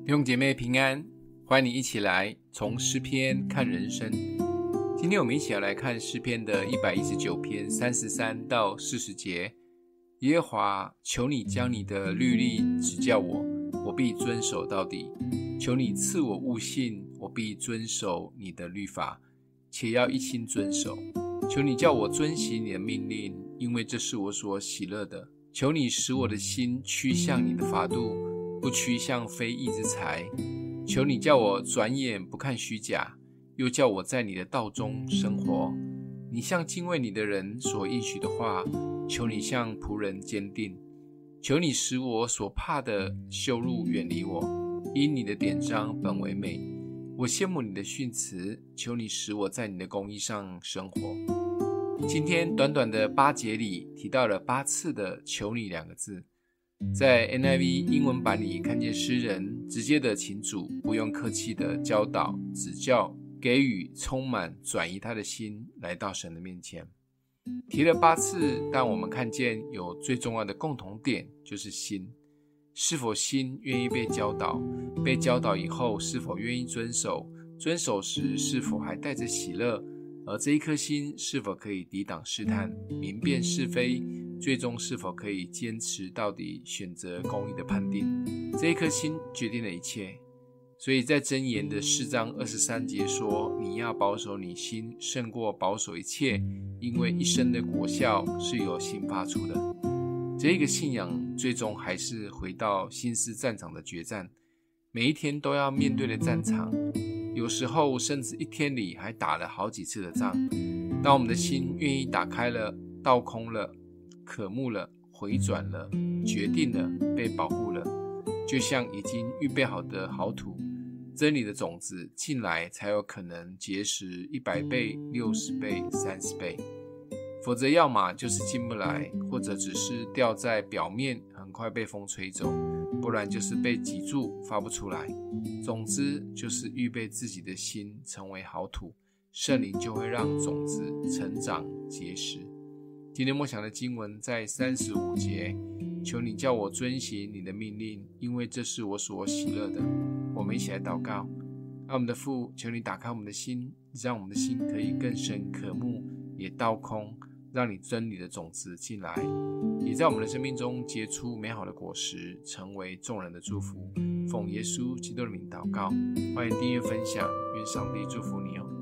弟兄姐妹平安，欢迎你一起来从诗篇看人生。今天我们一起来看诗篇的119篇33到40节。耶和华，求你将你的律例指教我，我必遵守到底。求你赐我悟性，我必遵守你的律法，且要一心遵守。求你叫我遵行你的命令，因为这是我所喜乐的。求你使我的心趋向你的法度，不趋向非义之财。求你叫我转眼不看虚假，又叫我在你的道中生活。你向敬畏你的人所应许的话，求你向仆人坚定。求你使我所怕的羞辱远离我，因你的典章本为美。我羡慕你的训词，求你使我在你的公义上生活。今天短短的8节里提到了8次的求你2个字。在 NIV 英文版里看见诗人直接的请主不用客气的教导、指教、给予充满转移他的心来到神的面前。提了8次，但我们看见有最重要的共同点，就是心。是否心愿意被教导？被教导以后是否愿意遵守？遵守时是否还带着喜乐？而这一颗心是否可以抵挡试探、明辨是非？最终是否可以坚持到底，选择公义的判定？这一颗心决定了一切。所以在箴言的4章23节说，你要保守你心，胜过保守一切，因为一生的果效是由心发出的。这个信仰最终还是回到心思战场的决战，每一天都要面对的战场，有时候甚至一天里还打了好几次的仗。当我们的心愿意打开了，倒空了，渴慕了，回转了，决定了，被保护了，就像已经预备好的好土，真理的种子进来才有可能结实100倍、60倍、30倍，否则要么就是进不来，或者只是掉在表面，很快被风吹走，不然就是被挤住发不出来。总之就是预备自己的心成为好土，圣灵就会让种子成长结实。今天默想的经文在35节，求你叫我遵行你的命令，因为这是我所喜乐的。我们一起来祷告。我们的父，求你打开我们的心，让我们的心可以更深渴慕，也倒空，让你真理的种子进来，也在我们的生命中结出美好的果实，成为众人的祝福。奉耶稣基督的名祷告，欢迎订阅分享，愿上帝祝福你哦。